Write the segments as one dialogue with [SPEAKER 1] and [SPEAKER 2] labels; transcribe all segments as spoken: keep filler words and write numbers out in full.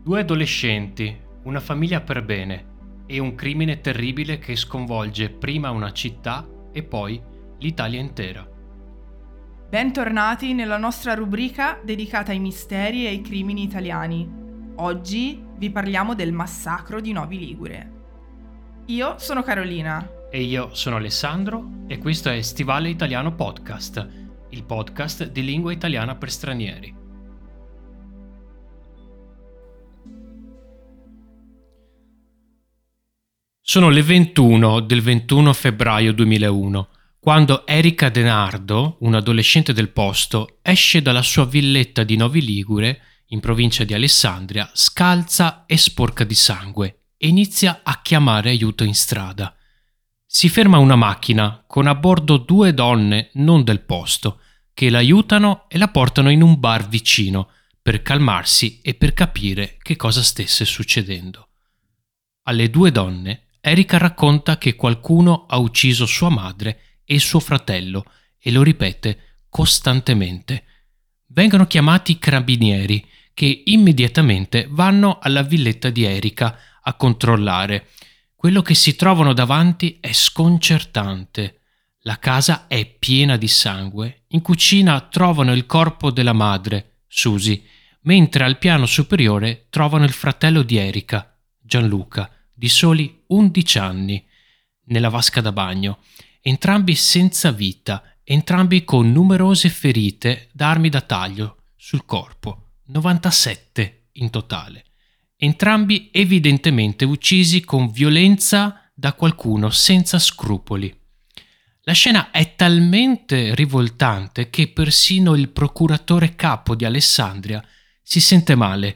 [SPEAKER 1] Due adolescenti, una famiglia per bene e un crimine terribile che sconvolge prima una città e poi l'Italia intera.
[SPEAKER 2] Bentornati nella nostra rubrica dedicata ai misteri e ai crimini italiani. Oggi vi parliamo del massacro di Novi Ligure. Io sono Carolina.
[SPEAKER 1] E io sono Alessandro e questo è Stivale Italiano Podcast, il podcast di lingua italiana per stranieri. Sono le ventuno del ventuno febbraio duemilauno, quando Erika Denardo, un adolescente del posto, esce dalla sua villetta di Novi Ligure, in provincia di Alessandria, scalza e sporca di sangue e inizia a chiamare aiuto in strada. Si ferma una macchina con a bordo due donne non del posto, che l'aiutano e la portano in un bar vicino per calmarsi e per capire che cosa stesse succedendo. Alle due donne Erika racconta che qualcuno ha ucciso sua madre e suo fratello e lo ripete costantemente. Vengono chiamati i carabinieri che immediatamente vanno alla villetta di Erika a controllare. Quello che si trovano davanti è sconcertante. La casa è piena di sangue. In cucina trovano il corpo della madre, Susi, mentre al piano superiore trovano il fratello di Erika, Gianluca, di soli undici anni, nella vasca da bagno, entrambi senza vita, entrambi con numerose ferite da armi da taglio sul corpo, novantasette in totale, entrambi evidentemente uccisi con violenza da qualcuno senza scrupoli. La scena è talmente rivoltante che persino il procuratore capo di Alessandria si sente male.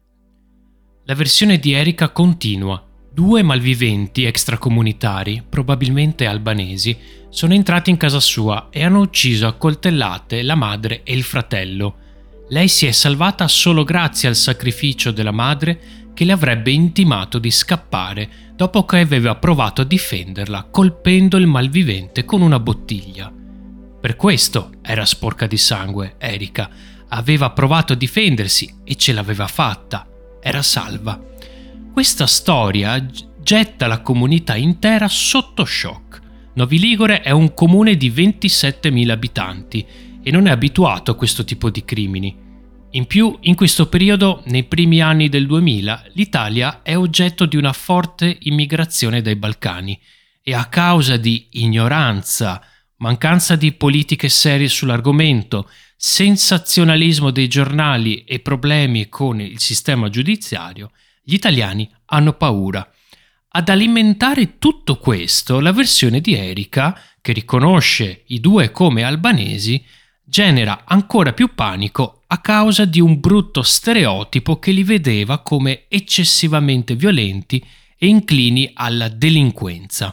[SPEAKER 1] La versione di Erika continua. Due malviventi extracomunitari, probabilmente albanesi, sono entrati in casa sua e hanno ucciso a coltellate la madre e il fratello. Lei si è salvata solo grazie al sacrificio della madre che le avrebbe intimato di scappare dopo che aveva provato a difenderla colpendo il malvivente con una bottiglia. Per questo era sporca di sangue, Erika. Aveva provato a difendersi e ce l'aveva fatta. Era salva. Questa storia getta la comunità intera sotto shock. Novi Ligure è un comune di ventisettemila abitanti e non è abituato a questo tipo di crimini. In più, in questo periodo, nei primi anni del duemila, l'Italia è oggetto di una forte immigrazione dai Balcani e a causa di ignoranza, mancanza di politiche serie sull'argomento, sensazionalismo dei giornali e problemi con il sistema giudiziario, gli italiani hanno paura. Ad alimentare tutto questo, la versione di Erika, che riconosce i due come albanesi, genera ancora più panico a causa di un brutto stereotipo che li vedeva come eccessivamente violenti e inclini alla delinquenza.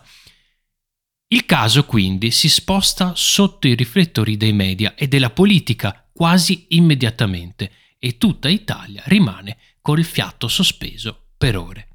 [SPEAKER 1] Il caso quindi si sposta sotto i riflettori dei media e della politica quasi immediatamente e tutta Italia rimane col fiato sospeso per ore.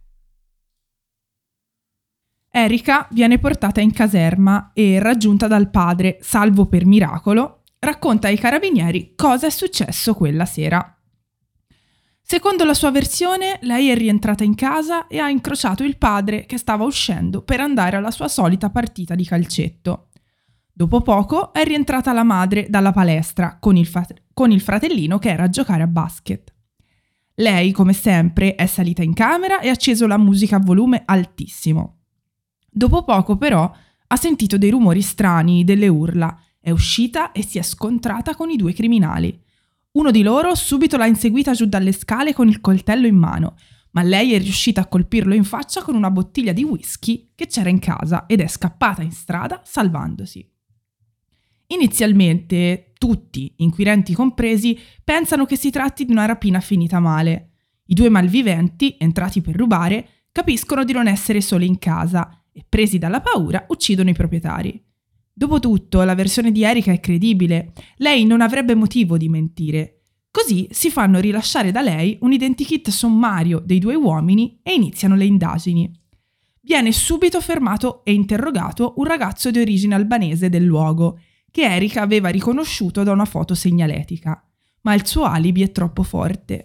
[SPEAKER 2] Erika viene portata in caserma e, raggiunta dal padre, salvo per miracolo, racconta ai carabinieri cosa è successo quella sera. Secondo la sua versione, lei è rientrata in casa e ha incrociato il padre che stava uscendo per andare alla sua solita partita di calcetto. Dopo poco è rientrata la madre dalla palestra con il, fa- con il fratellino che era a giocare a basket. Lei, come sempre, è salita in camera e ha acceso la musica a volume altissimo. Dopo poco, però, ha sentito dei rumori strani, delle urla, è uscita e si è scontrata con i due criminali. Uno di loro subito l'ha inseguita giù dalle scale con il coltello in mano, ma lei è riuscita a colpirlo in faccia con una bottiglia di whisky che c'era in casa ed è scappata in strada salvandosi. Inizialmente tutti, inquirenti compresi, pensano che si tratti di una rapina finita male. I due malviventi, entrati per rubare, capiscono di non essere soli in casa e, presi dalla paura, uccidono i proprietari. Dopotutto, la versione di Erika è credibile. Lei non avrebbe motivo di mentire. Così si fanno rilasciare da lei un identikit sommario dei due uomini e iniziano le indagini. Viene subito fermato e interrogato un ragazzo di origine albanese del luogo, che Erika aveva riconosciuto da una foto segnaletica, ma il suo alibi è troppo forte.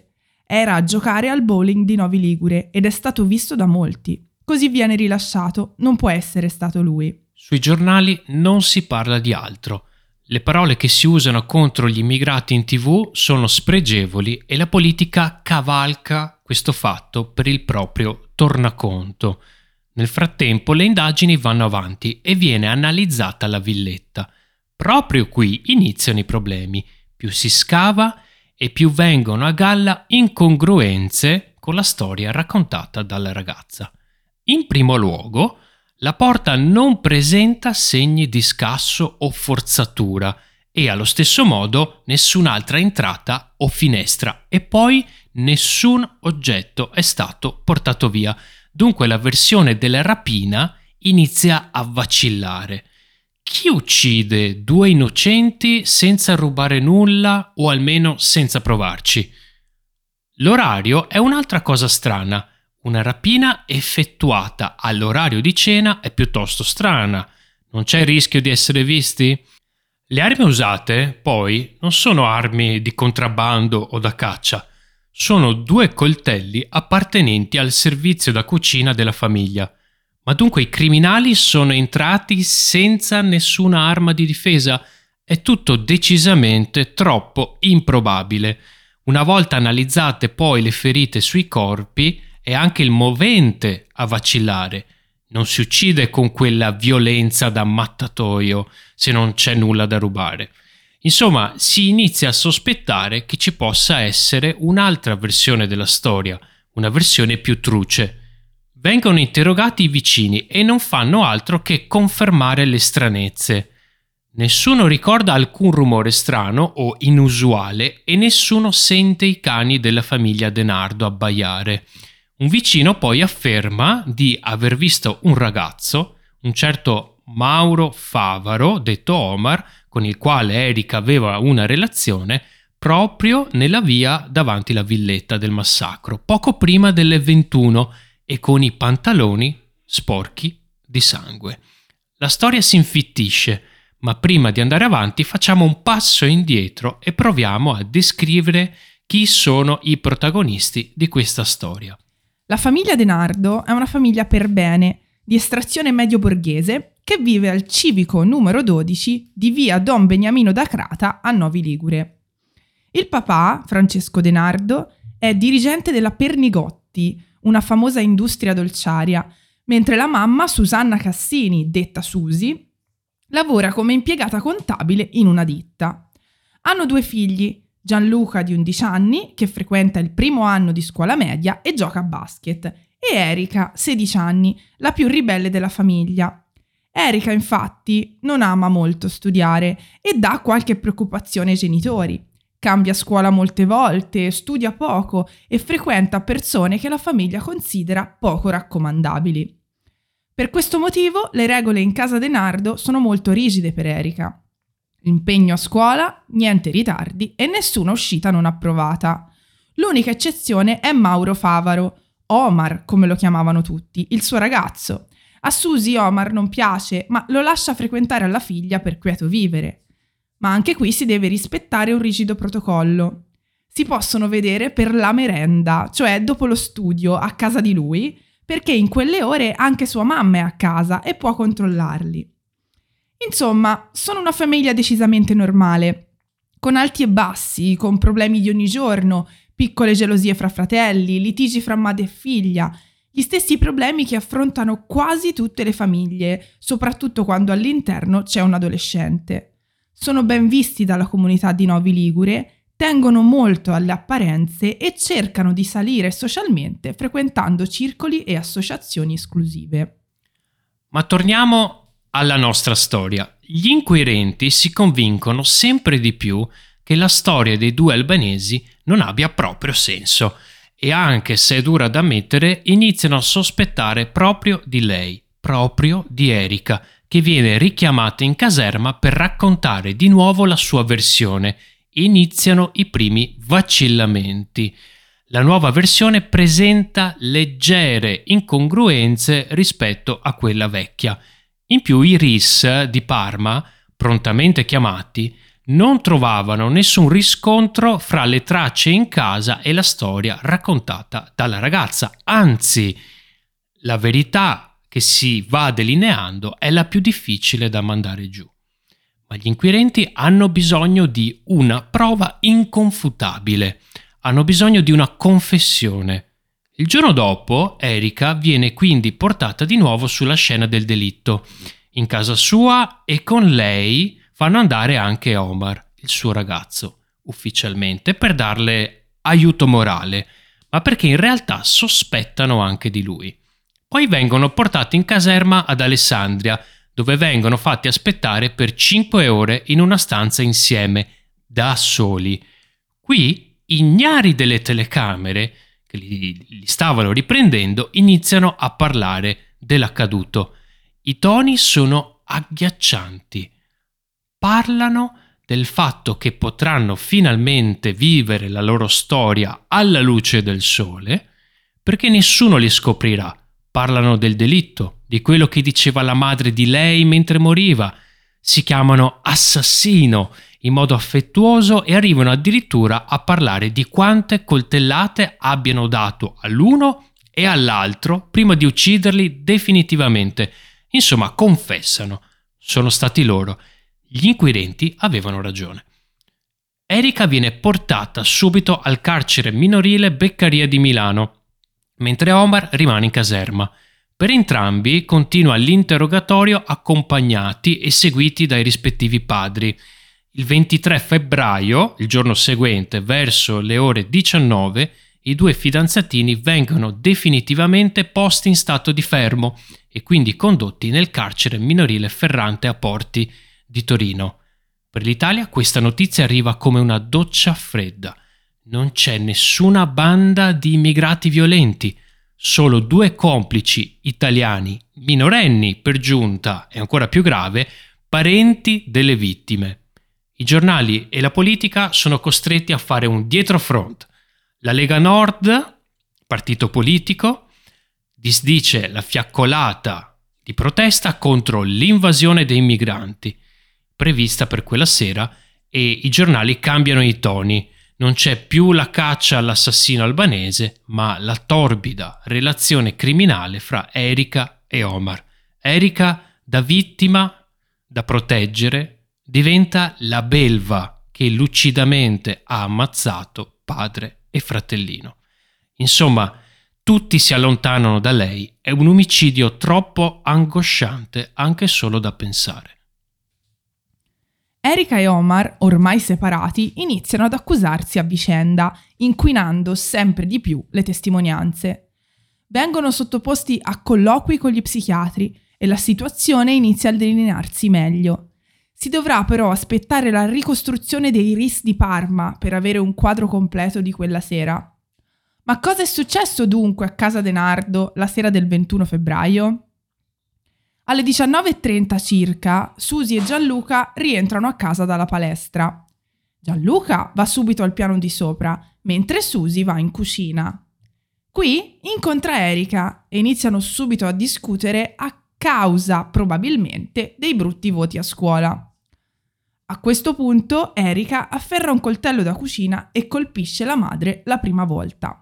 [SPEAKER 2] Era a giocare al bowling di Novi Ligure ed è stato visto da molti. Così viene rilasciato, non può essere stato lui.
[SPEAKER 1] Sui giornali non si parla di altro. Le parole che si usano contro gli immigrati in tivù sono spregevoli e la politica cavalca questo fatto per il proprio tornaconto. Nel frattempo le indagini vanno avanti e viene analizzata la villetta. Proprio qui iniziano i problemi. Più si scava e più vengono a galla incongruenze con la storia raccontata dalla ragazza. In primo luogo, la porta non presenta segni di scasso o forzatura e allo stesso modo nessun'altra entrata o finestra e poi nessun oggetto è stato portato via. Dunque la versione della rapina inizia a vacillare. Chi uccide due innocenti senza rubare nulla o almeno senza provarci? L'orario è un'altra cosa strana. Una rapina effettuata all'orario di cena è piuttosto strana. Non c'è il rischio di essere visti? Le armi usate, poi, non sono armi di contrabbando o da caccia. Sono due coltelli appartenenti al servizio da cucina della famiglia. Ma dunque i criminali sono entrati senza nessuna arma di difesa? È tutto decisamente troppo improbabile. Una volta analizzate poi le ferite sui corpi, è anche il movente a vacillare. Non si uccide con quella violenza da mattatoio se non c'è nulla da rubare. Insomma, si inizia a sospettare che ci possa essere un'altra versione della storia, una versione più truce. Vengono interrogati i vicini e non fanno altro che confermare le stranezze. Nessuno ricorda alcun rumore strano o inusuale e nessuno sente i cani della famiglia Denardo abbaiare. Un vicino poi afferma di aver visto un ragazzo, un certo Mauro Favaro, detto Omar, con il quale Erika aveva una relazione, proprio nella via davanti la villetta del massacro, poco prima delle ventuno e con i pantaloni sporchi di sangue. La storia si infittisce, ma prima di andare avanti facciamo un passo indietro e proviamo a descrivere chi sono i protagonisti di questa storia.
[SPEAKER 2] La famiglia Denardo è una famiglia per bene, di estrazione medio borghese, che vive al civico numero dodici di via Don Beniamino da Crata a Novi Ligure. Il papà, Francesco Denardo, è dirigente della Pernigotti, una famosa industria dolciaria, mentre la mamma, Susanna Cassini, detta Susi, lavora come impiegata contabile in una ditta. Hanno due figli, Gianluca di undici anni, che frequenta il primo anno di scuola media e gioca a basket, e Erika, sedici anni, la più ribelle della famiglia. Erika, infatti, non ama molto studiare e dà qualche preoccupazione ai genitori. Cambia scuola molte volte, studia poco e frequenta persone che la famiglia considera poco raccomandabili. Per questo motivo le regole in casa Denardo sono molto rigide per Erika. Impegno a scuola, niente ritardi e nessuna uscita non approvata. L'unica eccezione è Mauro Favaro, Omar come lo chiamavano tutti, il suo ragazzo. A Susi Omar non piace, ma lo lascia frequentare alla figlia per quieto vivere. Ma anche qui si deve rispettare un rigido protocollo. Si possono vedere per la merenda, cioè dopo lo studio a casa di lui, perché in quelle ore anche sua mamma è a casa e può controllarli. Insomma, sono una famiglia decisamente normale, con alti e bassi, con problemi di ogni giorno, piccole gelosie fra fratelli, litigi fra madre e figlia, gli stessi problemi che affrontano quasi tutte le famiglie, soprattutto quando all'interno c'è un adolescente. Sono ben visti dalla comunità di Novi Ligure, tengono molto alle apparenze e cercano di salire socialmente frequentando circoli e associazioni esclusive.
[SPEAKER 1] Ma torniamo alla nostra storia. Gli inquirenti si convincono sempre di più che la storia dei due albanesi non abbia proprio senso e anche se è dura da ammettere iniziano a sospettare proprio di lei, proprio di Erika, che viene richiamata in caserma per raccontare di nuovo la sua versione. Iniziano i primi vacillamenti. La nuova versione presenta leggere incongruenze rispetto a quella vecchia. In più i R I S di Parma, prontamente chiamati, non trovavano nessun riscontro fra le tracce in casa e la storia raccontata dalla ragazza. Anzi, la verità che si va delineando è la più difficile da mandare giù. Ma gli inquirenti hanno bisogno di una prova inconfutabile, hanno bisogno di una confessione. Il giorno dopo, Erika viene quindi portata di nuovo sulla scena del delitto, in casa sua, e con lei fanno andare anche Omar, il suo ragazzo, ufficialmente, per darle aiuto morale, ma perché in realtà sospettano anche di lui. Poi vengono portati in caserma ad Alessandria, dove vengono fatti aspettare per cinque ore in una stanza insieme, da soli. Qui, ignari delle telecamere che li, li stavano riprendendo, iniziano a parlare dell'accaduto. I toni sono agghiaccianti. Parlano del fatto che potranno finalmente vivere la loro storia alla luce del sole, perché nessuno li scoprirà. Parlano del delitto, di quello che diceva la madre di lei mentre moriva. Si chiamano assassino in modo affettuoso e arrivano addirittura a parlare di quante coltellate abbiano dato all'uno e all'altro prima di ucciderli definitivamente. Insomma, confessano. Sono stati loro. Gli inquirenti avevano ragione. Erika viene portata subito al carcere minorile Beccaria di Milano, mentre Omar rimane in caserma. Per entrambi continua l'interrogatorio accompagnati e seguiti dai rispettivi padri. Il ventitré febbraio, il giorno seguente, verso le ore diciannove, i due fidanzatini vengono definitivamente posti in stato di fermo e quindi condotti nel carcere minorile Ferrante a Porti di Torino. Per l'Italia questa notizia arriva come una doccia fredda. Non c'è nessuna banda di immigrati violenti, solo due complici italiani, minorenni per giunta e ancora più grave, parenti delle vittime. I giornali e la politica sono costretti a fare un dietrofront. La Lega Nord, partito politico, disdice la fiaccolata di protesta contro l'invasione dei migranti, prevista per quella sera, e i giornali cambiano i toni. Non c'è più la caccia all'assassino albanese, ma la torbida relazione criminale fra Erika e Omar. Erika, da vittima, da proteggere, diventa la belva che lucidamente ha ammazzato padre e fratellino. Insomma, tutti si allontanano da lei. È un omicidio troppo angosciante anche solo da pensare.
[SPEAKER 2] Erika e Omar, ormai separati, iniziano ad accusarsi a vicenda, inquinando sempre di più le testimonianze. Vengono sottoposti a colloqui con gli psichiatri e la situazione inizia a delinearsi meglio. Si dovrà però aspettare la ricostruzione dei R I S di Parma per avere un quadro completo di quella sera. Ma cosa è successo dunque a casa Denardo la sera del ventuno febbraio? Alle diciannove e trenta circa, Susi e Gianluca rientrano a casa dalla palestra. Gianluca va subito al piano di sopra, mentre Susi va in cucina. Qui incontra Erika e iniziano subito a discutere a causa, probabilmente, dei brutti voti a scuola. A questo punto Erika afferra un coltello da cucina e colpisce la madre la prima volta.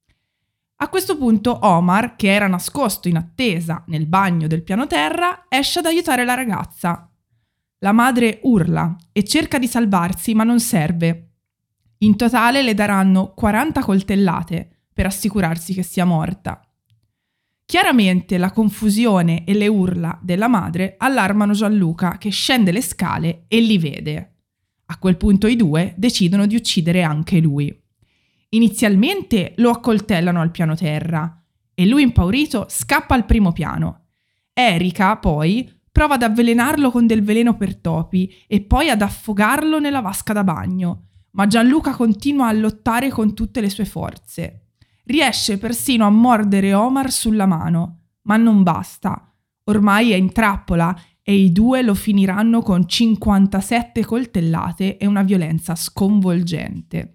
[SPEAKER 2] A questo punto Omar, che era nascosto in attesa nel bagno del piano terra, esce ad aiutare la ragazza. La madre urla e cerca di salvarsi, ma non serve. In totale le daranno quaranta coltellate per assicurarsi che sia morta. Chiaramente la confusione e le urla della madre allarmano Gianluca, che scende le scale e li vede. A quel punto i due decidono di uccidere anche lui. Inizialmente lo accoltellano al piano terra e lui, impaurito, scappa al primo piano. Erika, poi, prova ad avvelenarlo con del veleno per topi e poi ad affogarlo nella vasca da bagno, ma Gianluca continua a lottare con tutte le sue forze. Riesce persino a mordere Omar sulla mano, ma non basta. Ormai è in trappola e i due lo finiranno con cinquantasette coltellate e una violenza sconvolgente.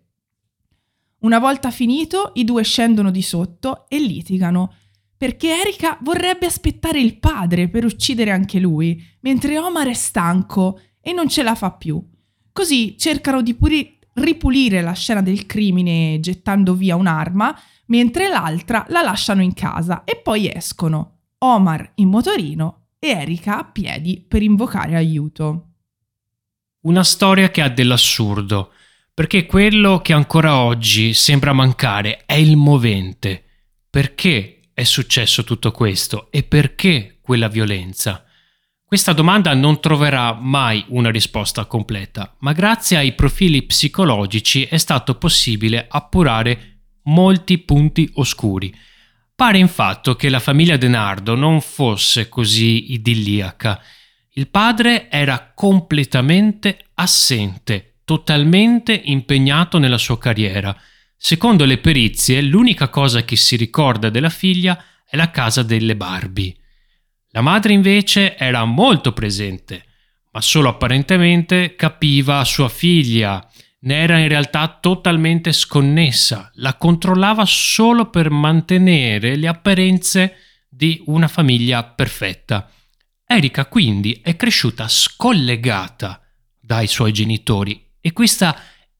[SPEAKER 2] Una volta finito, i due scendono di sotto e litigano, perché Erika vorrebbe aspettare il padre per uccidere anche lui, mentre Omar è stanco e non ce la fa più. Così cercano di puri- ripulire la scena del crimine gettando via un'arma, mentre l'altra la lasciano in casa e poi escono, Omar in motorino e Erika a piedi per invocare aiuto.
[SPEAKER 1] Una storia che ha dell'assurdo, perché quello che ancora oggi sembra mancare è il movente. Perché è successo tutto questo e perché quella violenza? Questa domanda non troverà mai una risposta completa, ma grazie ai profili psicologici è stato possibile appurare molti punti oscuri. Pare infatti che la famiglia De Nardo non fosse così idilliaca. Il padre era completamente assente, totalmente impegnato nella sua carriera. Secondo le perizie, l'unica cosa che si ricorda della figlia è la casa delle Barbie. La madre invece era molto presente, ma solo apparentemente capiva sua figlia. Ne era in realtà totalmente sconnessa, la controllava solo per mantenere le apparenze di una famiglia perfetta. Erika quindi è cresciuta scollegata dai suoi genitori e questa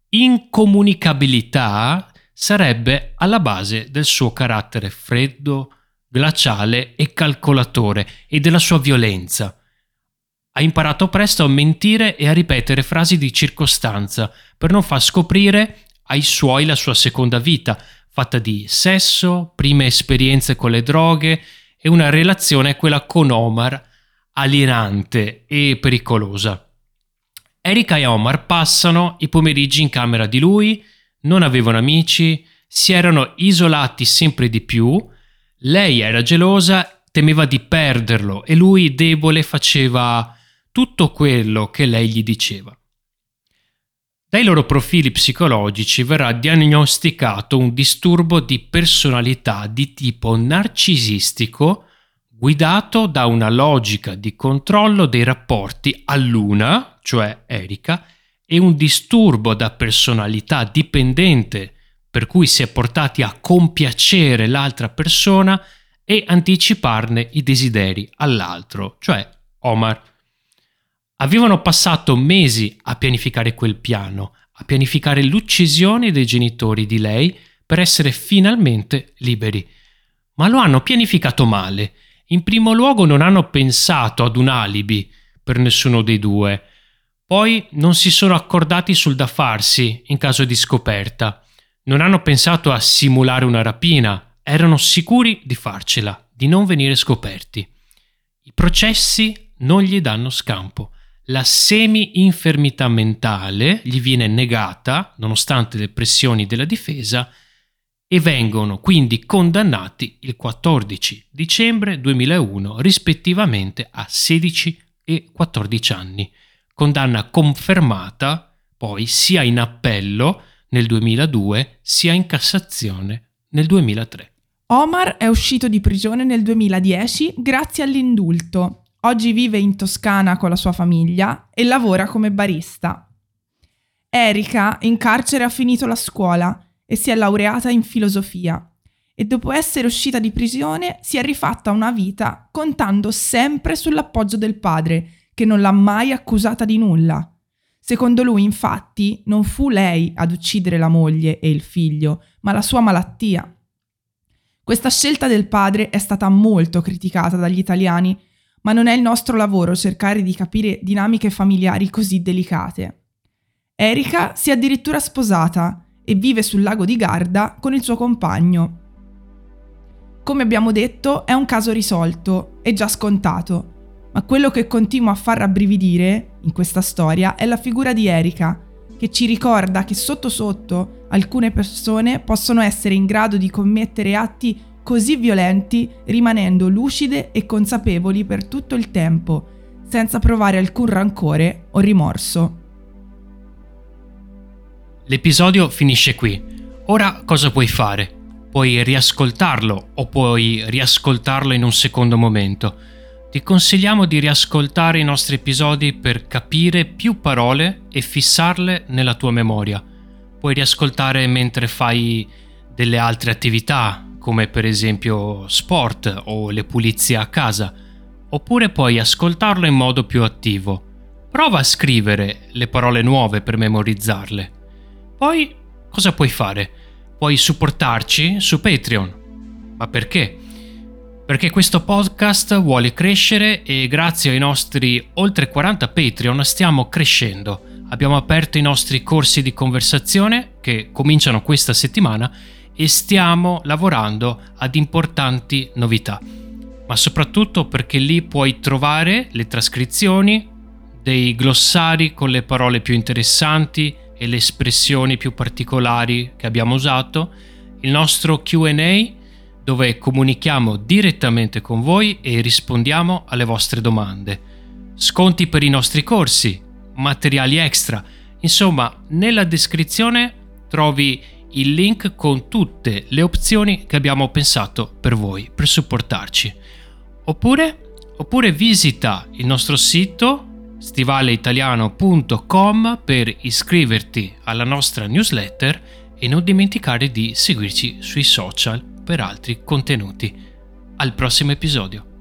[SPEAKER 1] incomunicabilità sarebbe alla base del suo carattere freddo, glaciale e calcolatore e della sua violenza. Ha imparato presto a mentire e a ripetere frasi di circostanza per non far scoprire ai suoi la sua seconda vita, fatta di sesso, prime esperienze con le droghe e una relazione, quella con Omar, alienante e pericolosa. Erika e Omar passano i pomeriggi in camera di lui, non avevano amici, si erano isolati sempre di più. Lei era gelosa, temeva di perderlo e lui, debole, faceva tutto quello che lei gli diceva. Dai loro profili psicologici verrà diagnosticato un disturbo di personalità di tipo narcisistico guidato da una logica di controllo dei rapporti all'una, cioè Erika, e un disturbo da personalità dipendente per cui si è portati a compiacere l'altra persona e anticiparne i desideri all'altro, cioè Omar. Avevano passato mesi a pianificare quel piano, a pianificare l'uccisione dei genitori di lei per essere finalmente liberi. Ma lo hanno pianificato male. In primo luogo non hanno pensato ad un alibi per nessuno dei due. Poi non si sono accordati sul da farsi in caso di scoperta. Non hanno pensato a simulare una rapina. Erano sicuri di farcela, di non venire scoperti. I processi non gli danno scampo. La semi-infermità mentale gli viene negata, nonostante le pressioni della difesa, e vengono quindi condannati il quattordici dicembre duemilauno rispettivamente a sedici e quattordici anni. Condanna confermata poi sia in appello nel duemiladue sia in Cassazione nel duemilatré.
[SPEAKER 2] Omar è uscito di prigione nel duemiladieci grazie all'indulto. Oggi vive in Toscana con la sua famiglia e lavora come barista. Erika in carcere ha finito la scuola e si è laureata in filosofia e dopo essere uscita di prigione si è rifatta una vita contando sempre sull'appoggio del padre, che non l'ha mai accusata di nulla. Secondo lui, infatti, non fu lei ad uccidere la moglie e il figlio, ma la sua malattia. Questa scelta del padre è stata molto criticata dagli italiani, ma non è il nostro lavoro cercare di capire dinamiche familiari così delicate. Erika si è addirittura sposata e vive sul lago di Garda con il suo compagno. Come abbiamo detto, è un caso risolto e già scontato, ma quello che continua a far rabbrividire in questa storia è la figura di Erika, che ci ricorda che sotto sotto alcune persone possono essere in grado di commettere atti così violenti rimanendo lucide e consapevoli per tutto il tempo, senza provare alcun rancore o rimorso.
[SPEAKER 1] L'episodio finisce qui. Ora cosa puoi fare? Puoi riascoltarlo o puoi riascoltarlo in un secondo momento. Ti consigliamo di riascoltare i nostri episodi per capire più parole e fissarle nella tua memoria. Puoi riascoltare mentre fai delle altre attività, come per esempio sport o le pulizie a casa, oppure puoi ascoltarlo in modo più attivo. prova a scrivere le parole nuove per memorizzarle. Poi cosa puoi fare? Puoi supportarci su Patreon. Ma perché? Perché questo podcast vuole crescere e grazie ai nostri oltre quaranta Patreon stiamo crescendo. Abbiamo aperto i nostri corsi di conversazione che cominciano questa settimana e stiamo lavorando ad importanti novità. Ma soprattutto perché lì puoi trovare le trascrizioni, dei glossari con le parole più interessanti e le espressioni più particolari che abbiamo usato, il nostro Q and A dove comunichiamo direttamente con voi e rispondiamo alle vostre domande, sconti per i nostri corsi, materiali extra. Insomma, nella descrizione trovi il link con tutte le opzioni che abbiamo pensato per voi, per supportarci. Oppure, oppure visita il nostro sito stivaleitaliano punto com per iscriverti alla nostra newsletter e non dimenticare di seguirci sui social per altri contenuti. Al prossimo episodio.